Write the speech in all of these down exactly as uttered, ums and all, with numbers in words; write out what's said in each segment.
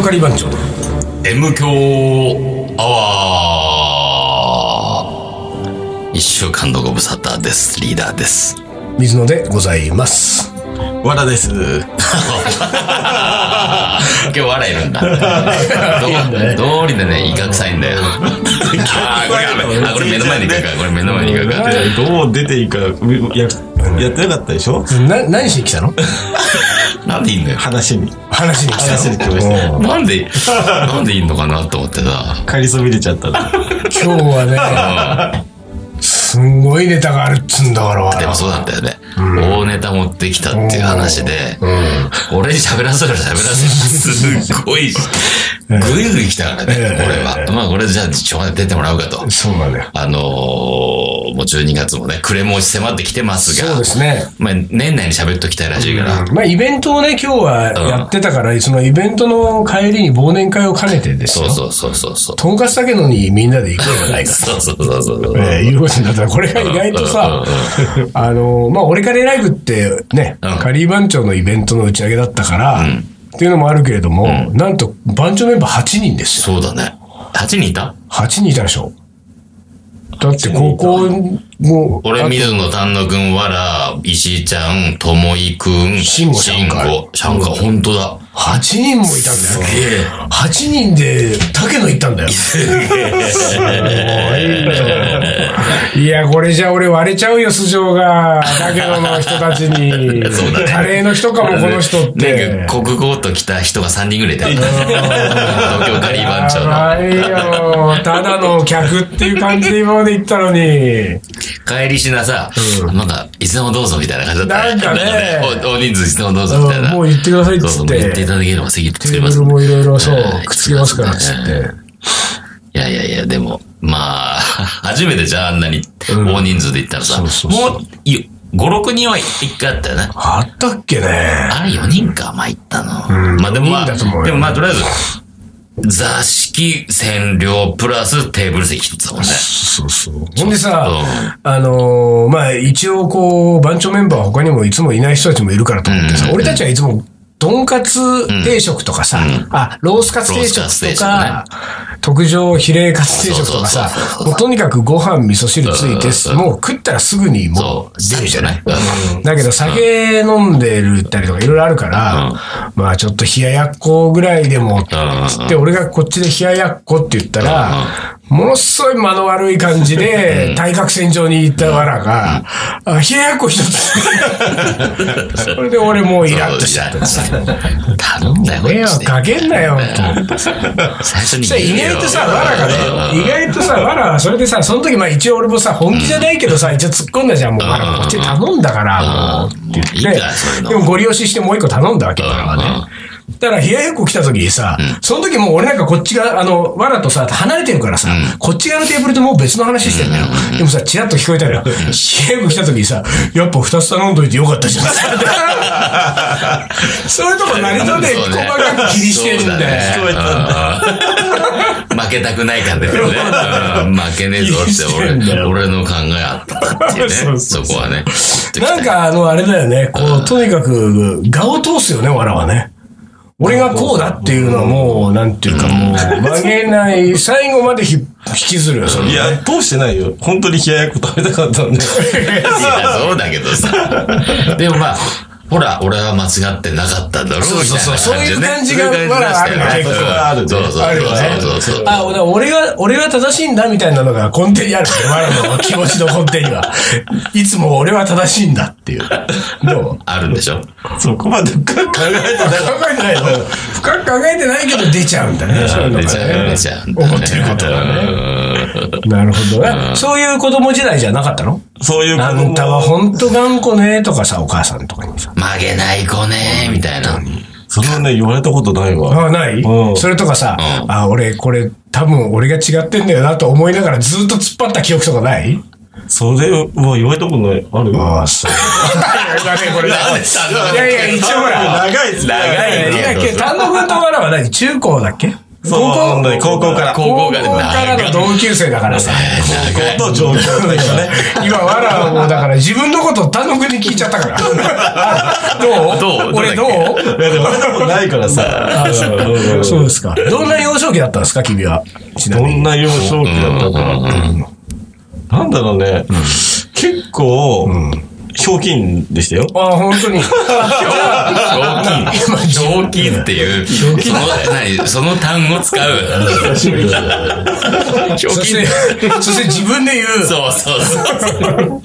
係番長の M 強アワー。一週間のご無沙汰です。リーダーです。 水野でございます。 わらです。今日わらいるんだ。どうりでね、イカ臭いんだよ。あこれ、あ、これ目の前にイカか。これ目の前にイカか。 どう出ていいかや、やってなかったでしょ。 な、何しに来たの？ なんでいいんだよ。 話に。 話に来た。 話に来ました。 なんで、なんでいいのかなと思ってさ。 帰りそびれちゃったな。 今日はね、すんごいネタがあるっつんだから。 でもそうなんだよね。大ネタ持ってきたっていう話で、俺に喋らせる喋らせるすっごい、ぐいぐい来たからね、俺は。まあこれじゃあ、しょうがない出てもらうかと。 そうなんだよ。 あのー、もうじゅうにがつもね、暮れも迫ってきてますが、 そうですね。 まあ年内に喋っときたいらしいから。 まあイベントをね、今日はやってたから、そのイベントの帰りに忘年会を兼ねてですよ。 そうそうそうそう。 とんかつだけのにみんなで行こうじゃないか。 そうそうそうそう。 えー、いうことになったら、これが意外とさ、あのー、まあ俺カレーライブってね、カリー番長のイベントの打ち上げだったから、っていうのもあるけれども、なんと番長メンバーはちにんですよ。そうだね。はちにんいた ? はち 人いたでしょ。だって高校も俺、水野丹野くん、わら、石井ちゃん、ともいくん、 しんごちゃんか。 シャンカ、ほんとだ。 はちにんもいたんだよ。はちにんで、竹野行ったんだよ。すごい。いや、これじゃ俺割れちゃうよ、素性が。竹野の人たちに。そうだね。カレーの人かも、この人って。 なんか、国語と来た人がさんにんぐらいいた。東京カリー番長の。 はいよ。ただの客っていう感じで今まで行ったのに。 帰りしなさ、なんか、いつでもどうぞみたいな感じだった。 なんかね。 大人数いつでもどうぞみたいな。 もう言ってくださいっつって。 言っていただければ席つけます。 テーブルもいろいろそう、くっつけますからっつって。 いやいやいや、でも、まあ、初めてじゃああんなに大人数で行ったらさ、もう、ご、ろくにんは一回あったよね。 あったっけね。 あれよにんか、まあ行ったの。まあでもまあ、でもまあとりあえず、座敷占領プラステーブル席一つだもんね。 そうそう。ほんでさ、あのー、まあ一応こう、番長メンバーは他にもいつもいない人たちもいるからと思ってさ、俺たちはいつも、とんかつ定食とかさ、うん、あ、ロースカツ定食とか、ね、特上ヒレカツ定食とかさ、もうとにかくご飯味噌汁ついて、もう食ったらすぐにもう出るじゃない。うん、だけど酒飲んでるったりとかいろいろあるから、うん、まあちょっと冷ややっこぐらいでも、つって俺がこっちで冷ややっこって言ったら、ものすごい間の悪い感じで、対角線上に行ったわらが、あ、冷ややっこ一つ。それで俺もうイラッとしちゃってさ。 頼んだよ、 迷惑かけんなよ、と思って。最初に。意外とさ、わらがね、意外とさ、わらはそれでさ、その時まあ一応俺もさ、本気じゃないけどさ、一応突っ込んだじゃん、もうわらこっちで頼んだから、もう、って言って。でもご利用ししてもう一個頼んだわけだからね。だから冷ややっこ来た時にさ、うん、その時もう俺なんかこっちが、あの、わらとさ、離れてるからさ、うん、こっち側のテーブルともう別の話してんだよ。うん、でもさ、チラッと聞こえたら、冷ややっこ来た時にさ、やっぱ二つ頼んどいてよかったじゃん。そういうとこ何とね、細かく気にしてるんだよ。聞こえたんだ。 負けたくない感じだよね。負けねえぞって俺、俺の考えあったっていうね。そうそうそうそこはね。 なんかあの、あれだよね、こう、とにかく、我を通すよね、わらはね。俺がこうだっていうのはもう、なんていうかもう、曲げない、最後まで引きずるよ、それ、ね。 いや、通してないよ。本当に冷ややっこ食べたかったんで。いや、 そうだけどさ。でもまあ、ほら、俺は間違ってなかったんだろうみたいな感じで、ね。そうそうそう、 そういう感じが、まだあるね。 結構あるね。 そうそうそう。あるよね。あ、俺が、俺が正しいんだみたいなのが根底にあるね。我々の気持ちの根底には。いつも俺は正しいんだっていう。どうあるんでしょそこまで深く考えてない。 考えてないの。深く考えてないけど出ちゃうんだね。そういうのがね。 出ちゃう、出ちゃう。 思ってることがね。なるほどね。そういう子供時代じゃなかったの？ そういう子供。 あんたは本当頑固ねとかさ、お母さんとかにさ。 曲げない子ねみたいな。 それはね、言われたことないわ。 あ、ない、うん、それとかさ、うん、あ、俺、これ、多分俺が違ってんだよなと思いながらずっと突っ張った記憶とかない？ それは言われたことない。ある？ ああ、そう。だね、これ。いやいや、一応ほら。 長いです。 長い。 いや、丹野くんとわらは何？中高だっけ？ そう、高校から。 高校から。 高校からの同級生だからさ。 高校と上京と一緒ね。 今、わらはもうだから自分のことを単独に聞いちゃったから。どうどう俺どういや、でも俺のことないからさ。 そうですか。どんな幼少期だったんですか、君は。 どんな幼少期だったか。なんだろうね。結構、ひょうきんでしたよ。 ああ、本当に。ひょうきん。ひょうきんっていう、その、何、その単語使う。ひょうきん。 そして自分で言う。 そうそうそう。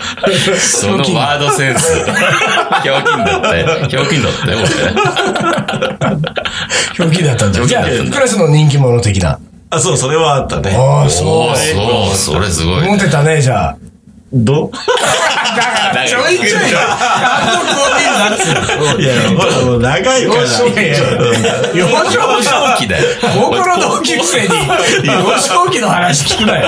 そのワードセンス。ひょうきんだって。ひょうきんだって、俺。 ひょうきんだったんだ。じゃあ、クラスの人気者的な。 あ、そう、それはあったね。 ああ、そう。 そう、それすごい。 持ってたね、じゃあ。 どだから、ちょいちょい、単独を見るなっつうの。 いや、もう長いから。幼少期。 幼少期だよ。 高校の同級生に、幼少期の話聞くなよ。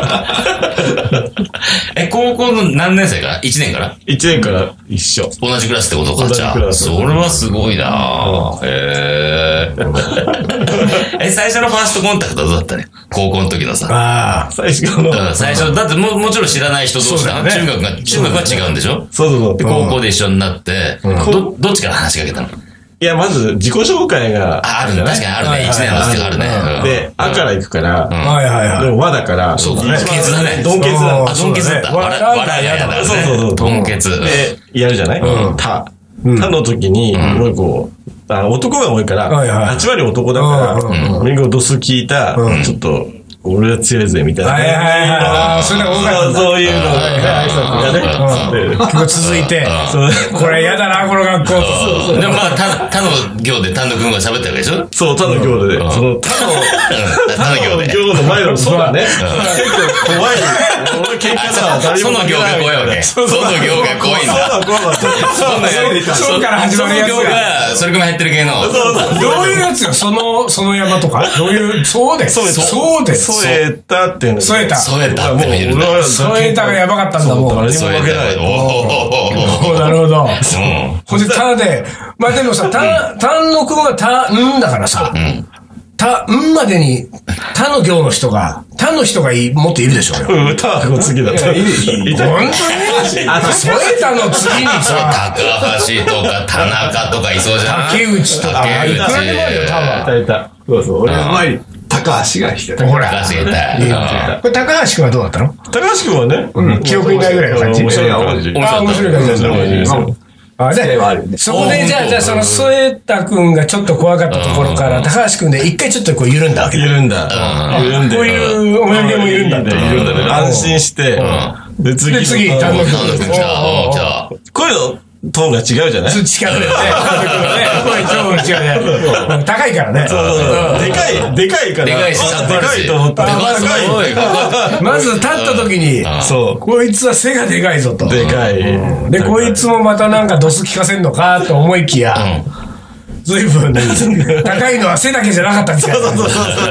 え、高校の何年生から ?いち 年からいちねんから一緒。 同じクラスってことか、じゃあ。それはすごいなぁ。へー。え、最初のファーストコンタクトはどうだったね高校の時のさ。 ああ。最初の。 最初、だっても、もちろん知らない人同士だね。中学が、中学は違うんでしょそうそうそう。 で、高校で一緒になって、ど、どっちから話しかけたのいや、まず、自己紹介が。 あ、あるね。確かにあるね。一年の時があるね。 で、あから行くから。 はいはいはい。 でも、和だから。 そうだね。ドンケツだね。 ドンケツだ。 あ、ドンケツだった。わら、わらがやだ。 そうそうそう。 ドンケツ。 で、やるじゃないた。たの時に、もうこう、あ男が多いから、はち割男だから、みんなドス聞いた、ちょっと、俺は強いぜ、みたいな。 はいはいはい。それが多かった。 そういうのが、挨拶がね。 今日続いて、これ嫌だな、この学校。 でもまあ、他、他の行で丹野くんが喋ったわけでしょそう、他の行で。その、他の、 他の行で。 行の前の、そうだね。結構怖い。俺喧嘩だから、 その行が怖いわけ。その行が怖いんだ。 そうから始まるやつが。その行が、それから入ってる系の。 どういうやつよ、その、その山とかどういう、そうです。そうです。 添えたっていうの。 添えた。 添えたって見るんだ。 添えたがやばかったんだもん。 誰にも負けない。 おおなるほど。ほんで、たで、まあでもさ、た、丹野くんはた、んだからさ、た、んまでに、他の行の人が、他の人がいもっといるでしょうよ。 うん、他の次だった。いいいい本当にあと、添えたの次にさ、 高橋とか田中とかいそうじゃん。 竹内とか。 竹内。いくらでもあるよ、 多分。 いた。そうそう。俺の前に高橋が来てた。 ほら。 高橋がいた。 これ高橋くんはどうだったの高橋くんはね、 うん、記憶にないぐらいの感じ。 面白い感じ。 あ、面白い感じだった。あ、で、そこで、じゃあ、じゃあ、その、添田くんがちょっと怖かったところから、高橋くんで一回ちょっとこう緩んだわけだ。 緩んだ。緩んで。 こういうお土産も緩んだって。 緩んだね。安心して、で、次。 で、次、丹野くん。 来た。 声のトーンが違うじゃない？ 違うよね。声トーン違うね。高いからね。 そうそうそう。でかい、でかいから。 でかいし、 でかいと思った。 まず立った時に、そう。こいつは背がでかいぞと。 でかい。 で、こいつもまたなんかドス聞かせんのかと思いきや、ずいぶん高いのは背だけじゃなかったんですよ。そうそう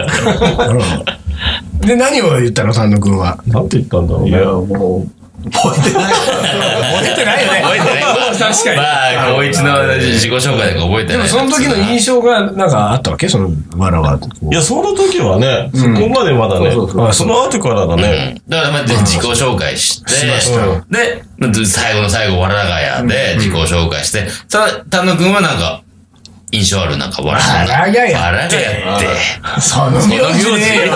そう。で、何を言ったの、丹野くんは。 なんて言ったんだろうね。いや、もう。 覚えてない。覚えてないよね。 覚えてない。 確かに。 まあ、高一の自己紹介とか覚えてない。 でもその時の印象がなんかあったわけその、わらは。 いや、その時はね、そこまでまだね、その後からだね。 だからまあ、自己紹介して、しました。で、最後の最後、わらがやで自己紹介して、さあ、丹野くんはなんか、印象あるなんか、わらがや。わらがやって。 その名字ね。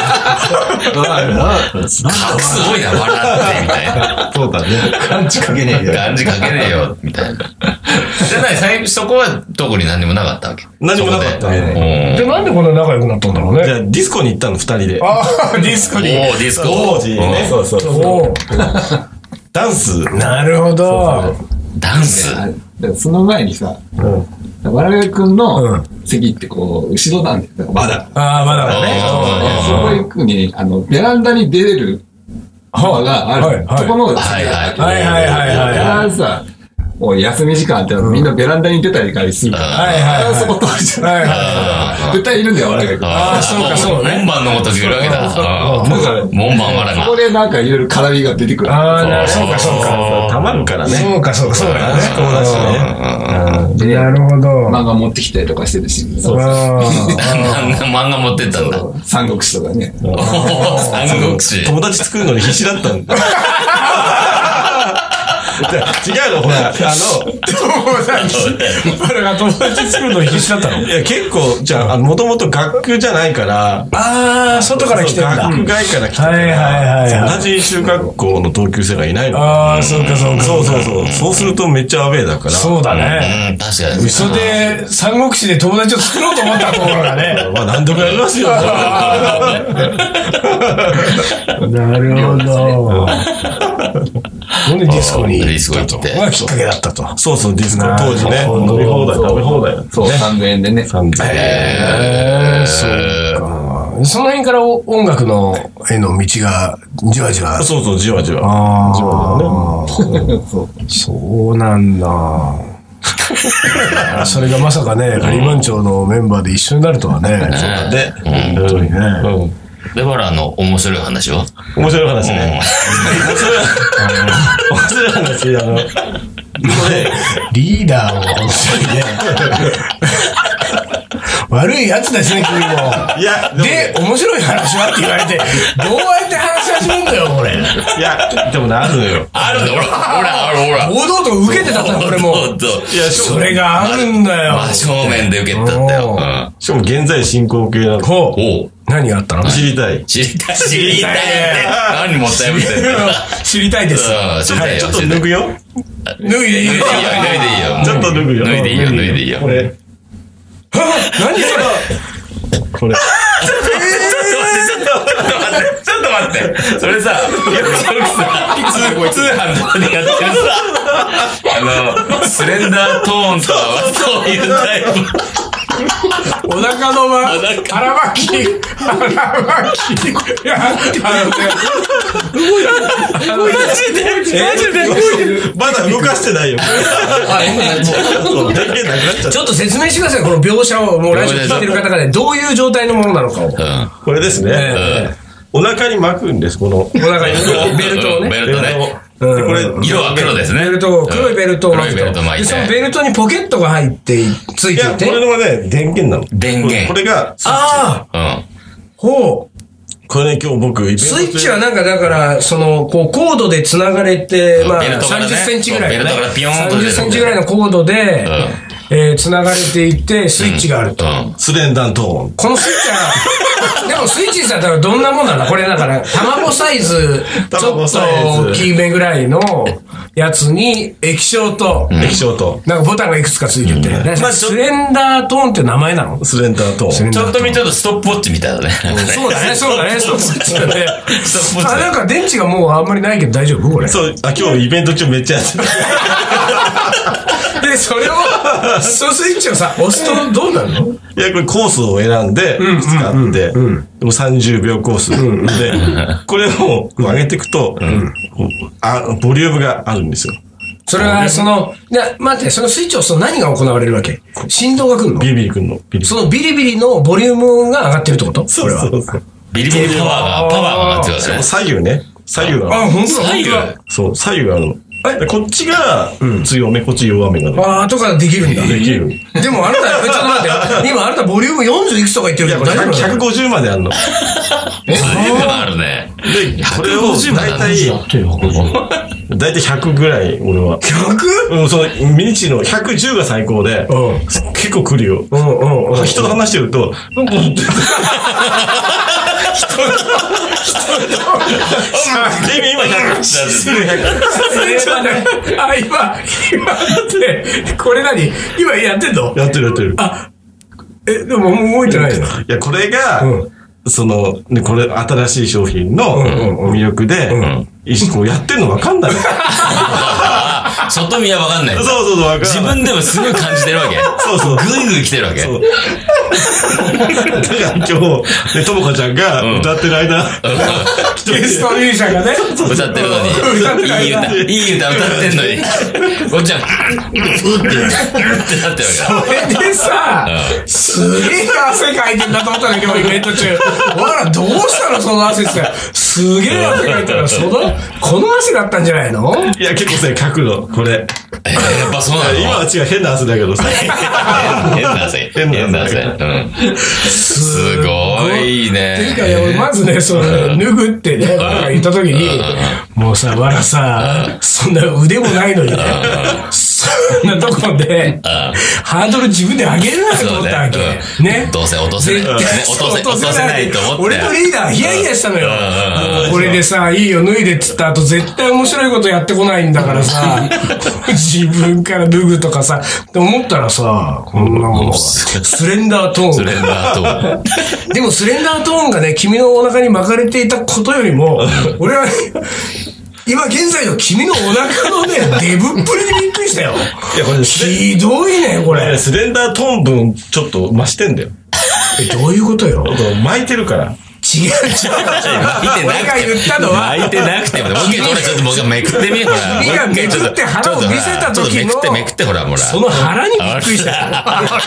格すごいな、笑って、みたいな。 そうだね。漢字書けねえよ。 漢字書けねえよ、みたいな。じゃない、最初、そこは特に何にもなかったわけ。 何もなかったね。 で、なんでこんな仲良くなったんだろうね。 じゃあ、ディスコに行ったの、二人で。 ああ、ディスコに。 おー、ディスコ。 当時ね。そうそうそう。ダンス。 なるほど。 ダンス。 その前にさ、わらがくんの席ってこう、後ろなんだよ。まだ。 ああ、まだね。 そこ行くに、あの、ベランダに出れるドアがある。とこの、 はいはいはいはいはい。 さ、 もう休み時間ってみんなベランダに出たりかりするから。 はいはい。 そこ通るじゃない。はいはい。絶対いるんだよ、我々が。 ああ、そうかそうね。 門番のこといるわけだ。門番わらが。 そこでなんかいろいろ絡みが出てくる。 ああ、そうかそうか。 たまるからね。 そうかそうか、そうだね。 友達ね。 なるほど。 漫画持ってきたりとかしてるし。 そうそう。漫画持ってったんだ。 三国志とかね。 三国志。 友達作るのに必死だったんだ。違うの、ほら、あの、 友達、俺が友達作るの必死だったの？ いや、結構、じゃあ、もともと学区じゃないから、 ああ、外から来てるんだ。 学区外から来てるから、 はいはいはい。 同じ中学校の同級生がいないの。 ああ、そうかそうか。 そうそうそう。そうするとめっちゃアウェーだから。 そうだね。 うん、確かに。 嘘で、三国志で友達を作ろうと思ったところがね。 まあ、何度もやりますよ。 なるほど。ほんでディスコにディスコ行って。 がきっかけだったと。 そうそう、ディスコ当時ね。飲み放題、食べ放題。 そう、さんぜんえんでね。 さんぜんえん。 へー、そうか。その辺から音楽のへの道がじわじわ。 そうそう、じわじわ。 ああ。 じわじわね。 そうなんだ。それがまさかね、カリマン町のメンバーで一緒になるとはね。 そうだね。 本当にね。 で、ほら、あの、面白い話は面白い話ね。面白い、面白い話、あの、 リーダーも本当にね。悪いやつですね、君も。 いや、 で、面白い話はって言われて、どうやって話し始めるんだよ、これ。 いや、でもね、あるのよ。 あるのほら、ほら、ほら。 堂々と受けてたんだ、これも。 いや、 それがあるんだよ。 真正面で受けてたんだよ。 しかも現在進行形なの。 ほう。何があったの？ 知りたい。 知りたい。知りたいって。何もったいぶってんの？ 知りたいです。 知りたいよ。 ちょっと脱ぐよ。 脱いでいいよ。脱いでいいよ。 ちょっと脱ぐよ。 脱いでいいよ、脱いでいいよ。 これ。 何それ？ これ。 ちょっと待って、ちょっと待って。それさ、よくさ、通販とかでやってるさ、あの、スレンダートーンとかはそういうタイプ。 お腹のま、腹巻き、腹巻き、いや、あのね、マジで、マジで、 まだ動かしてないよ。 あ、今なっちゃう。ちょっと説明してください、この描写を、もうラジオ聞いてる方がね、どういう状態のものなのかを。 これですね。お腹に巻くんです、この。お腹に、ベルトをね。 ベルトね。 これ、 色は黒ですね。 ベルト、黒いベルトを巻くと。 黒いベルト巻いて。 そのベルトにポケットが入って、ついていて。 いや、これはね、電源なの。 電源。 これが、 ああ、ほう。 これね、今日僕、イベントスイッチはなんか、だから、その、こう、コードで繋がれて、まあ、さんじゅっセンチぐらい。 ベルトからピヨーンとさんじゅっセンチぐらいのコードで、えー、繋がれていて、スイッチがあると。 スレンダートーン。 このスイッチは、でもスイッチだったらどんなもんなんだこれだから、卵サイズ、ちょっと大きめぐらいのやつに、液晶と、 液晶と、 なんかボタンがいくつかついてて。まあ、スレンダートーンって名前なの？ スレンダートーン。 ちょっと見てるとストップウォッチみたいだね。 そうだね、そうだね、ストップウォッチだね。 ストップウォッチ。 あ、なんか電池がもうあんまりないけど大丈夫これ。 そう、あ、今日イベント中めっちゃやってる。 で、それを、そのスイッチをさ、押すとどうなるの？ いや、これコースを選んで、使って、でもさんじゅうびょうコースで、これを上げていくと、あ、ボリュームがあるんですよ。 それは、その、いや、待って、そのスイッチを押すと何が行われるわけ？振動が来るの？ ビリビリ来るの。 そのビリビリのボリュームが上がってるってこと？ そうそうそう。 ビリビリパワーが、パワーが上がってるからね。 左右ね。左右があ、ほんとだ。 左右そう、左右があるの。こっちが強め、こっち弱めがね。 ああ、とかできるんだ。 できる。 でもあなた、ちょっと待って、今あなたボリュームよんじゅういくつとか言ってるけど大丈夫？ ひゃくごじゅうまであるの。 え、随分あるね。 で、これを大体、大体ひゃくぐらい、俺は。 ひゃく？ うん、その、ミニチのひゃくじゅうが最高で、結構来るよ。人と話してると、なんか、人と、人と、で、今ひゃく、 あ、今、今って、これ何？今やってんの？ やってるやってる。 あ、え、でももう動いてないの？ いや、これが、その、ね、これ、新しい商品の魅力で、こうやってるの分かんない。 外見は分かんない。 そうそうそう、分かんない。 自分でもすごい感じてるわけ。 そうそう。 ぐいぐい来てるわけ。 そう。だから今日、ね、ともかちゃんが歌ってる間、来ゲストミュージシャンがね。 歌ってるのに。いい歌、いい歌歌ってんのに。こっちは、うって、うってなってるわけ。それでさ、すげえ汗かいてんだと思ったんだけど、イベント中。わら、どうしたのその汗って。すげえ汗かいたら、その、この汗だったんじゃないの？ いや、結構さ、書くの、これ。 えー、やっぱそうなの？ 今は違う、変な汗だけどさ。 変な汗。変な汗。うん。すごいね。 ていうか、まずね、その、脱ぐってね、わら言った時に、もうさ、わらさ、そんな腕もないのにね、そんなとこで、ハードル自分で上げるなと思ったわけ。ね。 どうせ落とせない。落とせないと思って。 俺のリーダー、ヒヤヒヤしたのよ。これでさ、いいよ、脱いでっつった後、絶対面白いことやってこないんだからさ、自分から脱ぐとかさ、って思ったらさ、こんなものが、スレンダートーン。 スレンダートーン。 でもスレンダートーンがね、君のお腹に巻かれていたことよりも、俺は、今現在の君のお腹のね、デブっぷりにびっくりしたよ。いや、これひどいね、これ。 スレンダートーン分、ちょっと増してんだよ。 え、どういうことよ？ 巻いてるから。 違う違う違う。俺が言ったのは。 巻いてなくても、もう一回、俺ちょっともう一回めくってみ、ほら。 君がめくって腹を見せた時の。 めくってめくって、ほら、ほら。 その腹にびっくりした。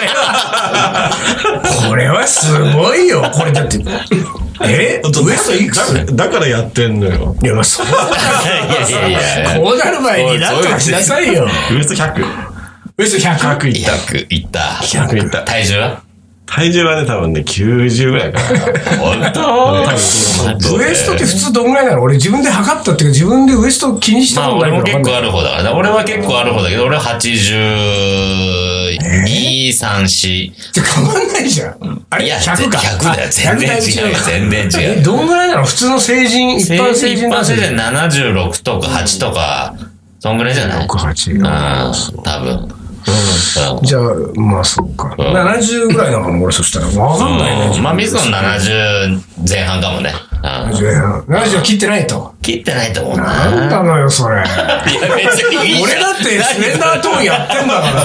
これはすごいよ。これだって。えウエストいくつ？ だからやってんのよ。 いや、まあ、そうだから。いやいやいや。こうなる前になんとかしなさいよ。 ウエストひゃく。 ウエストひゃく。 ひゃくいった。 ひゃくいった。 ひゃくいった。 体重は？ 体重はね、多分ね、きゅうじゅうぐらいかな。 本当？ ウエストって普通どんぐらいなの？俺自分で測ったっていうか、自分でウエスト気にしたことないから。まあ俺も結構ある方だからね。俺は結構ある方だけど、俺ははちじゅうに、さん、よん。 って変わんないじゃん。あれ？ いや、 ひゃくか。 ひゃくだよ。全然違う。全然違う。 え、どんぐらいなの？普通の成人、一般成人一般成人ななじゅうろくとかはちとか、そんぐらいじゃない？ ろく、はち。 うん、多分。 うん、じゃあ、まあそうか。うん、ななじゅうぐらいなのかな、俺そしたら。わかんないね。 うん、まあ、水野ななじゅうぜん半かもね。 ななじゅうぜん半。ななじゅう切ってないと。 切ってないと思うな。 なんなのよ、それ。いや、 別にいい。 俺だってスレンダートーンやってんだから。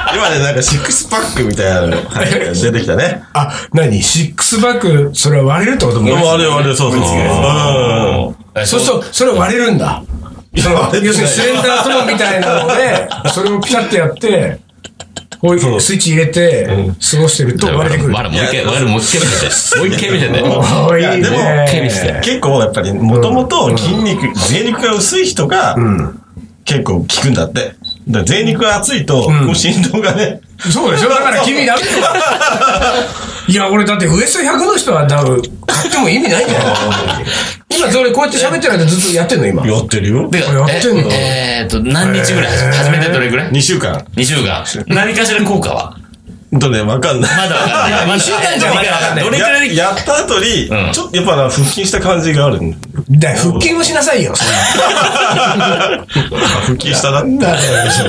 今ね、なんかシックスパックみたいなの出てきたね。 あ、何シックスパック、それは割れるってことも割れる割れる、そうそうそう。 そうすると、それ割れるんだ。その要するにスレンダートーンみたいなので、それをピタッとやって、こういうスイッチ入れて、過ごしてると割れてくる。 まだもう一回、もう一回見せて。もう一回見せて。 おいいね。 でも、結構やっぱり、もともと筋肉、贅肉が薄い人が、結構効くんだって。だ贅肉が厚いと、もう振動がね。 そうでしょ？だから君ダメだよ。いや、俺だってウエストひゃくの人は多分、買っても意味ないんだよ。今、それこうやって喋ってる間ずっとやってんの今。 やってるよ。 やってんのえーっと、何日ぐらい始めてどれぐらい？ に 週間。 にしゅうかん。何かしら効果は？ とね、わかんない。 まだわかんない。 にしゅうかんじゃまだわかんない。 どれくらいやった後に、ちょっとやっぱな、腹筋した感じがある。 だ腹筋をしなさいよ、そんな。 腹筋したなって。 なんだよ、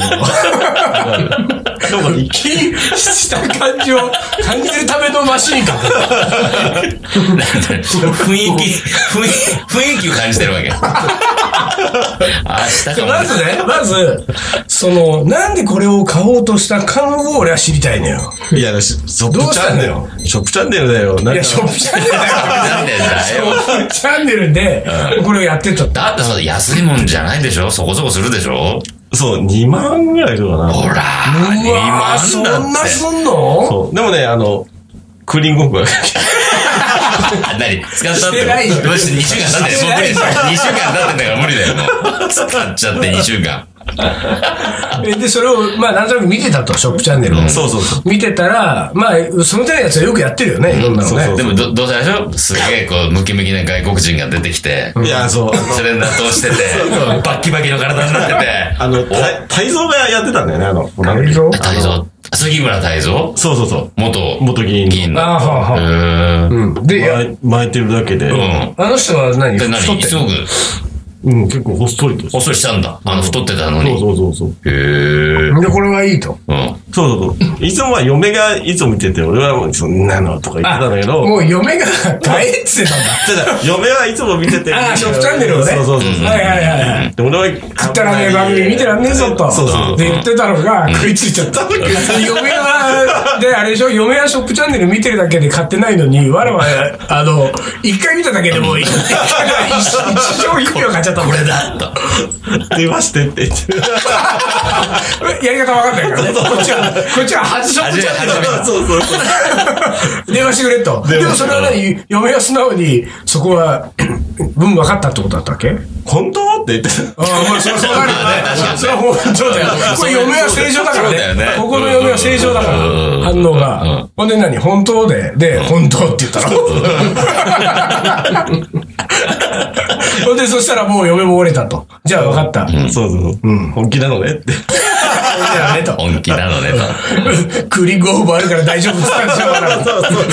その。腹筋した感じを感じるためのマシンか。 雰囲気、雰囲気を感じてるわけ。あ、したかも。 まずね、まず、その、なんでこれを買おうとしたかを俺は知りたいのよ。 いや、ショップチャンネル。ショップチャンネルだよ。 いや、ショップチャンネルだよ。ショップチャンネルで、これをやってた。 だってさ、安いもんじゃないでしょ？そこそこするでしょ？ そう、にまんぐらいとかな。 ほら、 にまんそんなすんの？ そう。でもね、あの、クーリングオフが。 何使ったって。どうしてにしゅうかん経ってもう無理ですよ。にしゅうかん経ってんだから無理だよ、もう。使っちゃってにしゅうかん。 で、それを、まあ、なんとなく見てたと、ショップチャンネルを。 そうそうそう。 見てたら、まあ、その手のやつはよくやってるよね、いろんなのね。 でも、ど、どうせでしょ？すげえ、こう、ムキムキな外国人が出てきて。 いや、そう。 スレンダー通してて、バッキバキの体になってて。 あの、泰造がやってたんだよね、あの、 泰造泰造杉村泰造？ そうそうそう。 元、 元議員。 議員の。 ああ、はあ、はあ。 で、巻いてるだけで。 あの人は何？ 何すごく。 うん、結構ほっそりと。 ほっそりしたんだ。あの、太ってたのに。 そうそうそうそう。 へー。 で、これはいいと。 うん。 そうそうそう。いつもは嫁がいつも見てて、俺はもうそんなのとか言ってたんだけど。 もう嫁が帰ってたんだ。 ただ、嫁はいつも見てて。 ああ、ショップチャンネルをね。 そうそうそう。 はいはいはい。 で、俺は、 食ったらね、番組見てらんねえぞと。 そうそう。 で言ってたのが、食いついちゃった。嫁は、で、あれでしょ、嫁はショップチャンネル見てるだけで買ってないのに、わらわ、あの、一回見ただけでも、一生一票買っちゃったこれだと。 電話してって言って。 やり方わかんないからね。こっちは、こっちは初ショップチャンネル。 そうそうそう。 電話してくれと。でもそれは何、嫁は素直に、そこは、分分かったってことだったっけ？ 本当って言って。 ああ、まあ、それはそうなるよね。それは本当だよ。これ嫁は正常だからね。ここの嫁は正常だから、反応が。ほんで何？本当で、で、本当って言ったの？ほんで、そしたらもう嫁も折れたと。じゃあ分かった。 そうそうそう。本気なのねって。 本気なのねと。クーリングオフもあるから大丈夫って言ったんでしょ、まだ。そうそう。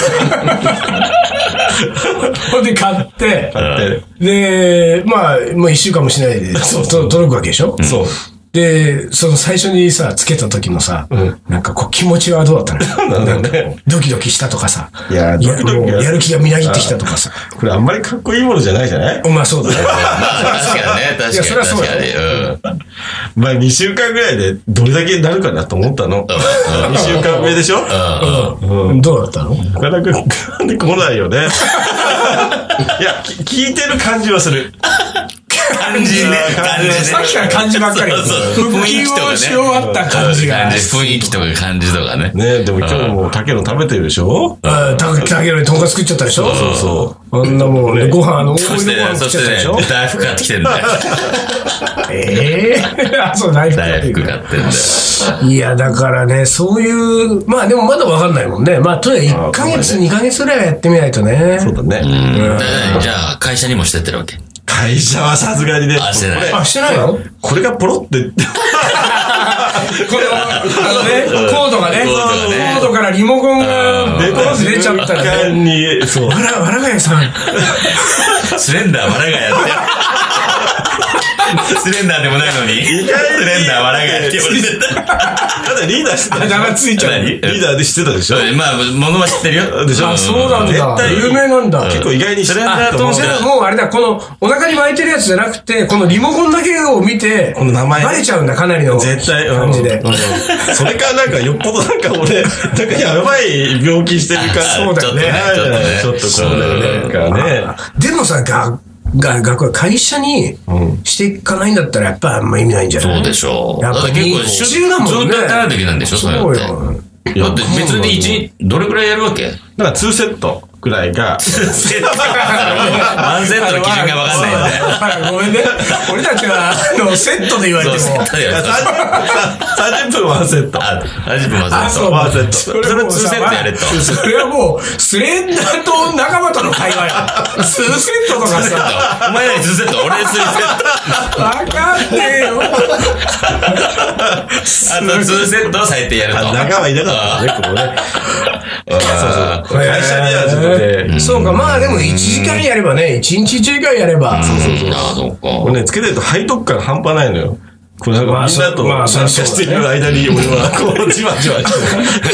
ほんで買って、で、まあ、もう一週間もしないで、そう、届くわけでしょ？ そう。 で、その最初にさ、つけた時のさ、なんかこう気持ちはどうだったの？なんかドキドキしたとかさ、 いや、ドキドキやる気がみなぎってきたとかさ。 これあんまりかっこいいものじゃないじゃない？ まあそうだね。 まあ確かにね、確かに。いや、 それはそうだよ。 まあにしゅうかんぐらいでどれだけになるかなと思ったの。にしゅうかんめでしょ？ うん。どうだったの？ なかなか噛んでこないよね。いや、聞いてる感じはする。 感じね。感じね。 さっきから感じばっかり。 そうそう。 雰囲気とかね。し終わった感じが。 雰囲気とか感じとかね。 ねでも今日も竹野食べてるでしょ？ ああ、竹野にとんかつ作っちゃったでしょ？ そうそう。 あんなもんね、ご飯、あの、大盛りそしてね、そしてね、大福買ってきてんだよ。 ええあ、そう、大福大福買ってんだよ。 いや、だからね、そういう、まあでもまだわかんないもんね。まあ、とりあえずいっかげつ、にかげつぐらいはやってみないとね。 そうだね。 じゃあ、会社にもしてってるわけ？ 会社はさすがにね。 あ、してない。 あ、してないの？ これがポロって。これあのね、コードがね、コードからリモコンが出ちゃったらね。そう。わら、わらがやさん。 スレンダーわらがやって。スレンダーでもないのに。スレンダーわらがやって言われてた。 ただリーダーしてた。 名がついちゃう。 リーダーで知ってたでしょ？ まあ、物は知ってるよ。 でしょ？ あ、そうなんだ。絶対有名なんだ。 結構意外にスレンダーと思って。 もうあれだ、このお腹に巻いてるやつじゃなくて、このリモコンだけを見て、 この名前。 バレちゃうんだ、かなりの。 絶対。 感じで。 それかなんかよっぽどなんか俺、なんかやばい病気してるから。 そうだよね。 ちょっとこうだよね。 でもさ、が、が、学校会社にしていかないんだったらやっぱあんま意味ないんじゃない？ そうでしょう。 やっぱり結構集だもんね。ずっとやらないといけないんでしょ？そうよ。だって別に一日どれくらいやるわけ？ だからにセットくらいが。 セットワンセットの基準がわかんないよね。ごめんね。俺たちはセットで言われても。 さんじゅっぷんワンセット。 さんじゅっぷんワンセット。 ワンセット。 それにセットやれと。 それはもう、スレンダーと仲間との会話よ。にセットとかさ。 お前らににセット、俺にさんセット。 わかんねえよ。 あとにセットは最低やると。 仲間いなかったね、ここね。そうそう。会社にはちょっとね。 そうか、まあでもいちじかんやればね、いちにちいちじかんやれば。 そうそうそう。 ああ、そうか。 これね、つけてると背徳感半端ないのよ。これなんかみんなと参加している間に俺はこうじわじわして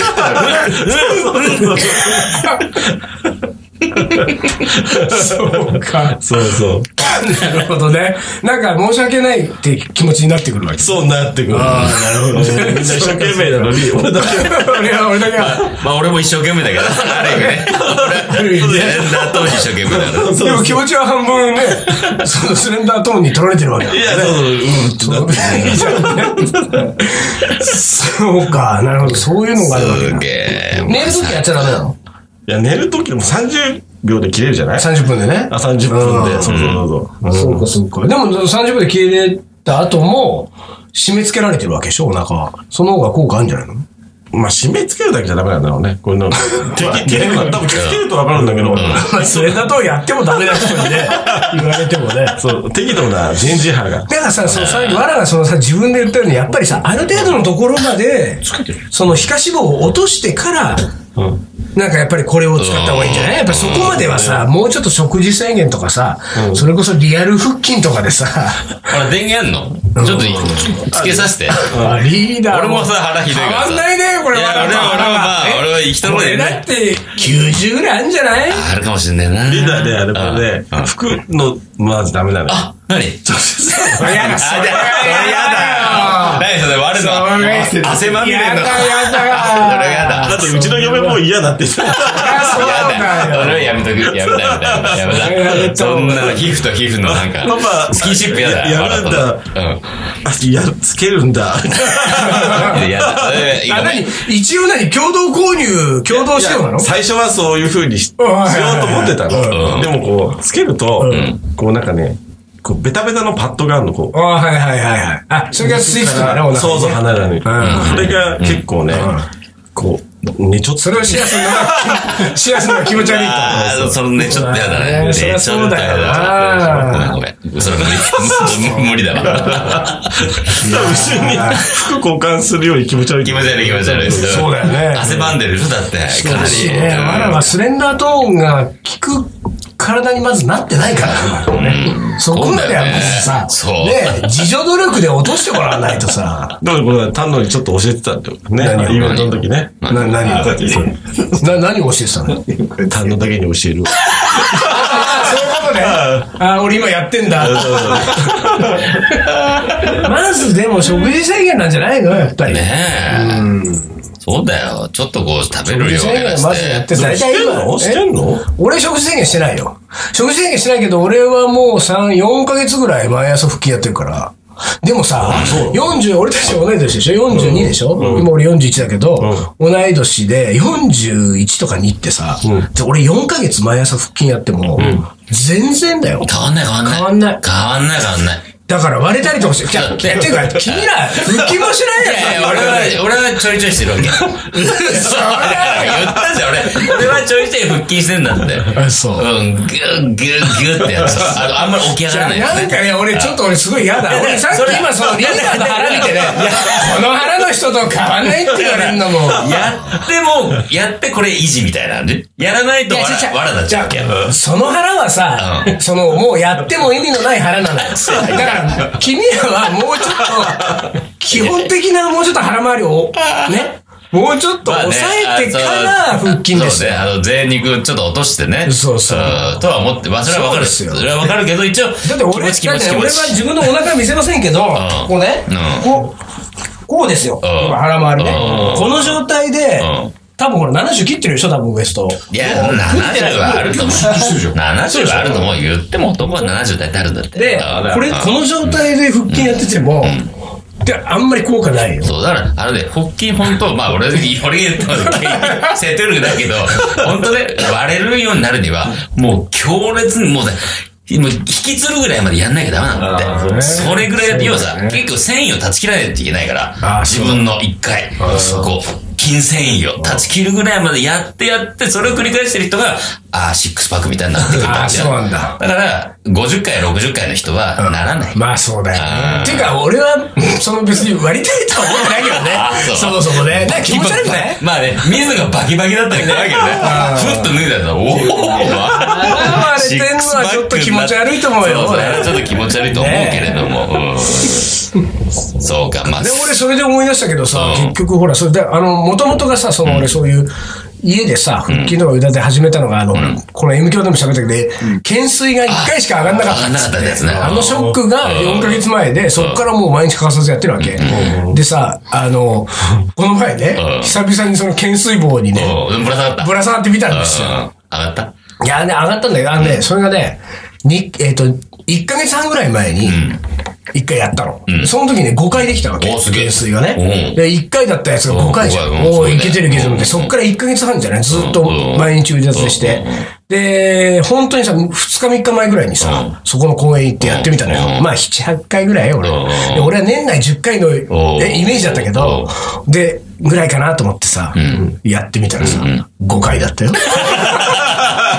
そうか。 そうそう。 なるほどね。なんか申し訳ないって気持ちになってくるわけ。 そうなってくる。 ああ、なるほど。 みんな一生懸命なのに、俺だけ。 俺は、俺だけは。 まあ俺も一生懸命だけど、ある意味ね。ある意味ね。スレンダートーンに一生懸命だから。 でも気持ちは半分ね、そのスレンダートーンに取られてるわけだ。 いや、そうそう、うんとなっていいじゃんね。そうか、なるほど。そういうのがあるわけだ。 すげえ。 寝るときやっちゃダメなの？ いや、寝るときでもさんじゅうびょうで切れるじゃない ?さんじゅっぷんでね。あ、さんじゅっぷんで。そうそうそう。 そうか、そうか。でもさんじゅっぷんで切れた後も、締め付けられてるわけでしょ、お腹は。その方が効果あるんじゃないの？ まあ、締め付けるだけじゃダメなんだろうね。こういうの。敵、敵が、多分つけるとわかるんだけど。 それだとやってもダメな人にね、言われてもね。 そう、適度な人事派が。 だからさ、そのさ、わらがそのさ、自分で言ったように、やっぱりさ、ある程度のところまで、その皮下脂肪を落としてから、 なんかやっぱりこれを使った方がいいんじゃない？やっぱそこまではさ、もうちょっと食事制限とかさ、それこそリアル腹筋とかでさ。 あれ、電源あんの？ちょっとつけさせて。 リーダー。 俺もさ、腹ひどいからさ。 変わんないね、これは。 いや、俺は、俺はまあ、俺は生きとるでね。 俺だってきゅうじゅうぐらいあるんじゃない？ あるかもしんないな。 リーダーで、あれこれで、服の、まずダメなの。 あ、何？ やだ、それやだよ。 何それ、悪いの。汗まみれの。 やだ、やだ。 それやだ。 だってうちの嫁も嫌だって言ってた。 やだ。俺はやめとく。やめた、やめた。やめた。そんな皮膚と皮膚のなんか、スキンシップやだ。 やるんだ。うん。あ、やる、つけるんだ。 やだ。 あ、何？一応何？共同購入、共同使用なの？ 最初はそういう風にしようと思ってたの。でもこう、つけると、こうなんかね、こう、ベタベタのパッドがあるの、こう。 ああ、はいはいはいはい。あ、それがついてたね、お腹に。 そうそう、離れない。これが結構ね、こう、ね、ちょっと。 それをシェアするのが、シェアするのが気持ち悪いと。 ああ、そのね、ちょっとやだね。 そりゃそうだよな。 ごめんごめん。それ無理。無理だわ。 後ろに服交換するより気持ち悪い。 気持ち悪い気持ち悪い。 そうだよね。 汗ばんでるでしょ、だって。かなり。 まだはスレンダートーンが効く体にまずなってないからね。そこまではまずさ、ね、自助努力で落としてもらわないとさ。 だからこれ、丹野にちょっト教えてたってことね。 何イベントの時ね。 な、何をな、何を教えてたの？ 単のだけに教える。 そういうことね。あ、俺今やってんだ。まずでも食事制限なんじゃないのやっぱり。 ねえ。うんそうだよ。ちょっとこう食べる量を減らして。 まずやってさ。してんのしてんの俺食事制限してないよ。食事制限してないけど、俺はもうさん、よんかげつぐらい毎朝腹筋やってるから。でもさ、よんじゅう、俺たち同い年でしょ ?よんじゅうに でしょ、うん、今俺よんじゅういちだけど、うん、同い年でよんじゅういちとかにってさ、うん、で俺よんかげつ毎朝腹筋やっても、うん、全然だよ。 変わんない変わんない。 変わんない。 変わんない変わんない。 だから割れたりとかして、じゃあ、ていうか、君ら、腹筋もしないやん。俺は、俺はちょいちょいしてるわけ。そうだよ。言ったじゃん、俺。俺はちょいちょい腹筋してんだって。 あ、そう。 うん、ギュッ、ギュッ、ギュッってやつ。あの、あんまり起き上がらない。 なんかね、俺、ちょっと俺すごい嫌だ。俺、さっき今そのリーダーの腹見てね、この腹の人と変わんないって言われるのも。 やっても、やってこれ維持みたいなんで。やらないとわら、わらなっちゃうわけや。 その腹はさ、その、もうやっても意味のない腹なのよ。だから、君らはもうちょっと、基本的なもうちょっと腹回りを、ね。もうちょっと抑えてから腹筋ですよ。 そうね。あの、贅肉ちょっと落としてね。 そうそう。 とは思って、まあ、それはわかる。それはわかるけど、一応。だって俺、だって俺は自分のお腹見せませんけど、こうね、こう、こうですよ。腹回りね。この状態で、多分これななじゅう切ってるでしょ多分ウエスト。 いや、ななじゅうはあると思う。ななじゅうはあると思う。言っても男はななじゅう大体あるんだって。 で、これ、この状態で腹筋やってても、で、あんまり効果ないよ。 そう、だから、あのね、腹筋ほんと、まあ俺、俺言ったら、セトルだけど、ほんとね、割れるようになるには、もう強烈に、もうね、もう引きつるぐらいまでやんなきゃダメなんだって。それぐらい、要はさ、結構繊維を断ち切らないといけないから、自分の一回、こう、筋繊維を断ち切るぐらいまでやってやって、それを繰り返してる人が、ああ、シックスパックみたいになってくるわけよ。 そうなんだ。 だから、ごじゅっかい、ろくじゅっかいの人は、ならない。 まあそうだよね。てか、俺は、その別に割りたいとは思ってないけどね。そもそもね。気持ち悪くない？ まあね、水がバキバキだったりするわけどね。ふっと脱いだら、おおあれてんのはちょっと気持ち悪いと思うよ。 そう、あれちょっと気持ち悪いと思うけれども。そうか、まあ。 で、俺それで思い出したけどさ、結局ほら、それで、あの、もともとがさ、その俺そういう、家でさ、腹筋とか腕で始めたのが、あの、この M 響でも喋ったけど、懸垂がいっかいしか上がんなかった。 上がんなかったですね。 あのショックがよんかげつまえで、そっからもう毎日欠かさずやってるわけ。でさ、あの、この前ね、久々にその懸垂棒にね、 ぶら下がった。 ぶら下がってみたんですよ。 上がった？ いやね、上がったんだけど、あのね、それがね、に、えっと、いっかげつはんぐらい前に、一回やったの。うん、その時ね、ごかいできたわけ。懸垂がね。で、いっかいだったやつがごかいじゃん。おー、いけてるいけてるって。そっからいっかげつはんじゃないずっと毎日腕立てして。で、本当にさ、ふつかみっかまえぐらいにさ、そこの公園行ってやってみたのよ。まあ、なな、はちかいぐらい俺。で、俺は年内じゅっかいのイメージだったけど、で、ぐらいかなと思ってさ、やってみたらさ、ごかいだったよ。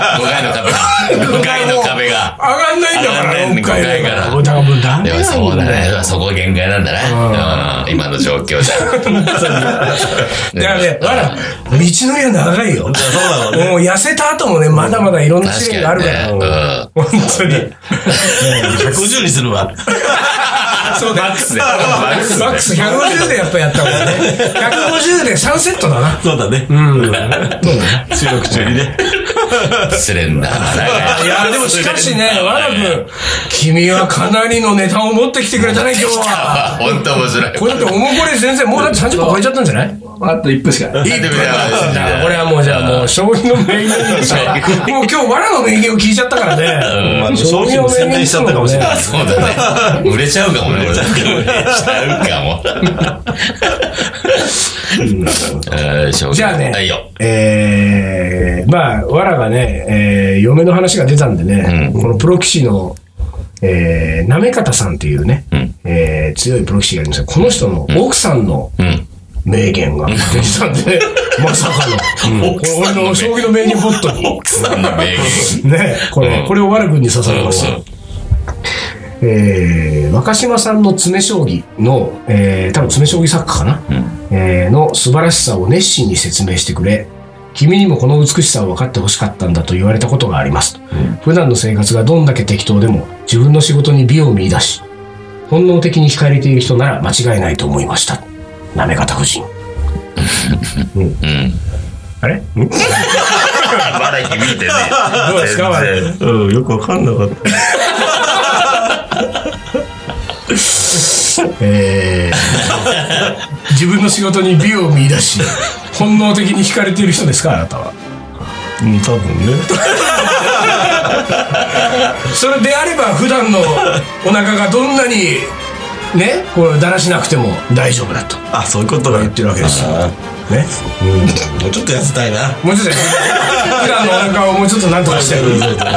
ごかいの壁が。ごかいの壁が。 上がんないんだから、 ろっかいから。 だからもうダメでもそうだね。そこ限界なんだね。うん、今の状況じゃ。 だからね、わら、道のりは長いよ。そうなのね。もう痩せた後もね、まだまだいろんな試練があるから。うん。本当に。ひゃくごじゅうにするわ。 そうだ。マックスで。マックスひゃくごじゅうでやっぱやったもんね。ひゃくごじゅうでさんセットだな。 そうだね。 うん。そうだね。 収録中にね。 スレンダー。 いや、でもしかしね、わらくん、君はかなりのネタを持ってきてくれたね、今日は。 本当面白い。 これだっておもこれ全然、もうだってさんじゅっぷん超えちゃったんじゃない？ あといっぷんしかない。 いっぷんだ。これはもうじゃあもう、将棋の名言でしょ。もう今日わらの名言を聞いちゃったからね。 将棋の宣伝しちゃったかもしれない。 そうだね。売れちゃうかもね、売れちゃうかも。 じゃあね、えー、まあ、わらがね、えー、嫁の話が出たんでね、このプロ棋士の、えー、なめかたさんっていうね、えー、強いプロ棋士がいるんですが、この人の奥さんの、名言が出てたんでね、まさかの、俺の将棋の名言ポットに。 奥さんの名言。 ね、これ、これをわらくんに刺されます。えー、若島さんの詰将棋の、えー、多分詰将棋作家かな、うんえー、の素晴らしさを熱心に説明してくれ、君にもこの美しさを分かってほしかったんだと言われたことがあります、うん、普段の生活がどんだけ適当でも自分の仕事に美を見出し、本能的に惹かれている人なら間違いないと思いました。なめかた夫人。うんうん、あれまだ響いてね。 どうですかあれ。 うん、よくわかんなかった。 えー、自分の仕事に美を見出し本能的に惹かれている人ですか、あなたは。 うん、多分ね。 それであれば普段のお腹がどんなにね、これだらしなくても大丈夫だと。 あ、そういうことが言ってるわけですよね。 うん、もうちょっと痩せたいな。 もうちょっと普段のお腹をもうちょっとなんとかしてる。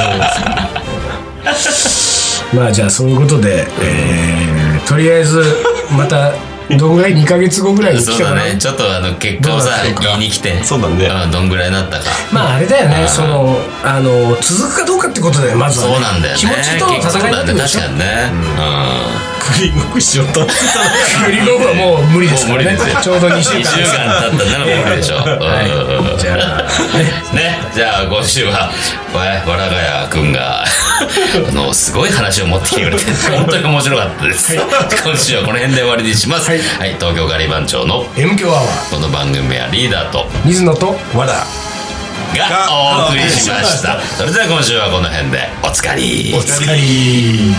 まあじゃあそういうことで、えー、とりあえずまたどんぐらいにかげつごぐらいに来てもらう。 そうだね、ちょっとあの結果をさ言いに来て、 そうだね、 うん、どんぐらいになったか。 まああれだよね、そのあの続くかどうかってことでまずは、ね、 そうなんだよね、 気持ちとの戦いだってことでしょ。 確かにね、うんクリームしようと思ってたクリームはもう無理ですからね。ちょうどにしゅうかんにしゅうかん経ったらもう無理でしょ。 はい、じゃあね、じゃあ今週はわらがやくんがあのすごい話を持ってきてくれて本当に面白かったです、はい、今週はこの辺で終わりにします、はいはい、東京ガリバン長の M 強アワー。 この番組はリーダーと水野と和田がお送りしました。それでは今週はこの辺でおつかりおつかり。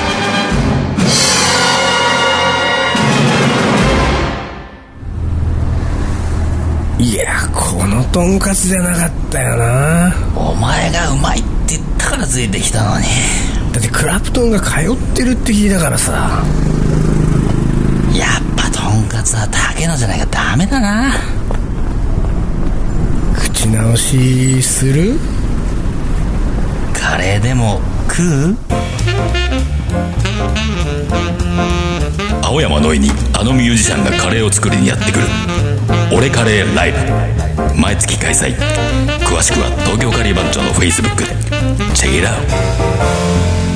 いや、このとんかつじゃなかったよな。 お前がうまいって言ったからついてきたのに。 だってクラプトンが通ってるって聞いたからさ。 やっぱとんかつは竹野じゃないかダメだな。 口直しする？ カレーでも食う？青山の井にあのミュージシャンがカレーを作りにやってくる。俺カレーライブ毎月開催。詳しくは東京カリー番長のフェイスブックでチェックイットアウト。